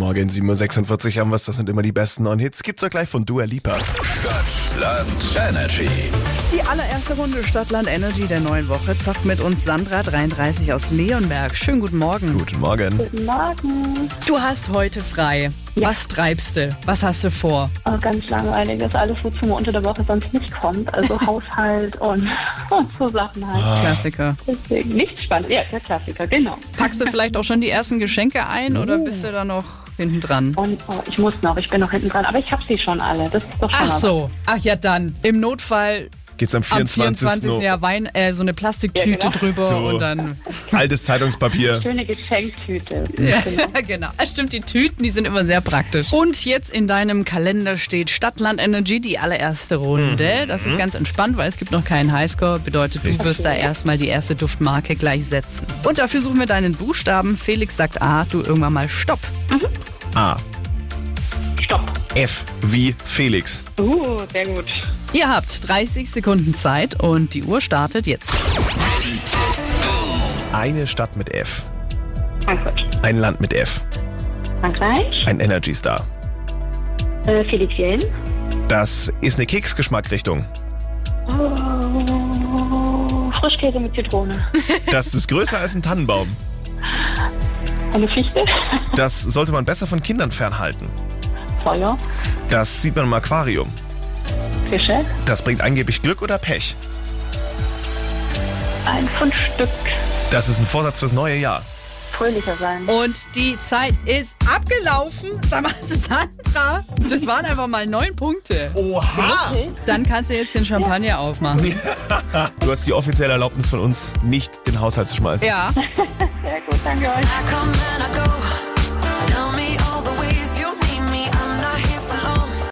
Morgen, 7.46 Uhr haben wir es. Das sind immer die besten neuen Hits. Gibt's auch gleich von Dua Lipa. Stadtland Energy. Die allererste Runde Stadtland Energy der neuen Woche zockt mit uns Sandra, 33 aus Leonberg. Schönen guten Morgen. Guten Morgen. Guten Morgen. Du hast heute frei. Ja. Was treibst du? Was hast du vor? Oh, ganz langweilig. Das ist alles, wozu man unter der Woche sonst nicht kommt. Also Haushalt und so Sachen halt. Klassiker. Deswegen nichts spannend. Ja, der Klassiker, genau. Packst du vielleicht auch schon die ersten Geschenke ein oder bist du da noch hinten dran? Und ich muss noch, ich bin noch hinten dran. Aber ich habe sie schon alle. Das ist doch schon Ach mal so. Ach ja, dann. Im Notfall Geht's am am 24. 24. Jahr Wein, so eine Plastiktüte Ja, genau. drüber So. und dann... Altes Zeitungspapier. was. Schöne Geschenktüte. Ja, genau. Stimmt, die Tüten, die sind immer sehr praktisch. Und jetzt in deinem Kalender steht Stadtland Energy, die allererste Runde. Das ist ganz entspannt, weil es gibt noch keinen Highscore. Bedeutet, du wirst da erstmal die erste Duftmarke gleich setzen. Und dafür suchen wir deinen Buchstaben. Felix sagt A, du irgendwann mal Stopp. A. Stopp. F wie Felix. Sehr gut. Ihr habt 30 Sekunden Zeit und die Uhr startet jetzt. Eine Stadt mit F. Frankfurt. Ein Land mit F. Frankreich. Ein Energy Star. Philippinen. Das ist eine Keksgeschmackrichtung. Frischkäse mit Zitrone. Das ist größer als ein Tannenbaum. Eine Fichte. Das sollte man besser von Kindern fernhalten. Feuer. Das sieht man im Aquarium. Fische. Das bringt angeblich Glück oder Pech. Ein Pfundstück. Das ist ein Vorsatz fürs neue Jahr. Fröhlicher sein. Und die Zeit ist abgelaufen. Sag mal, Sandra, das waren einfach mal 9 Punkte. Oha! Dann kannst du jetzt den Champagner aufmachen. Du hast die offizielle Erlaubnis von uns, nicht den Haushalt zu schmeißen. Ja. Sehr gut, danke euch. I come and I go.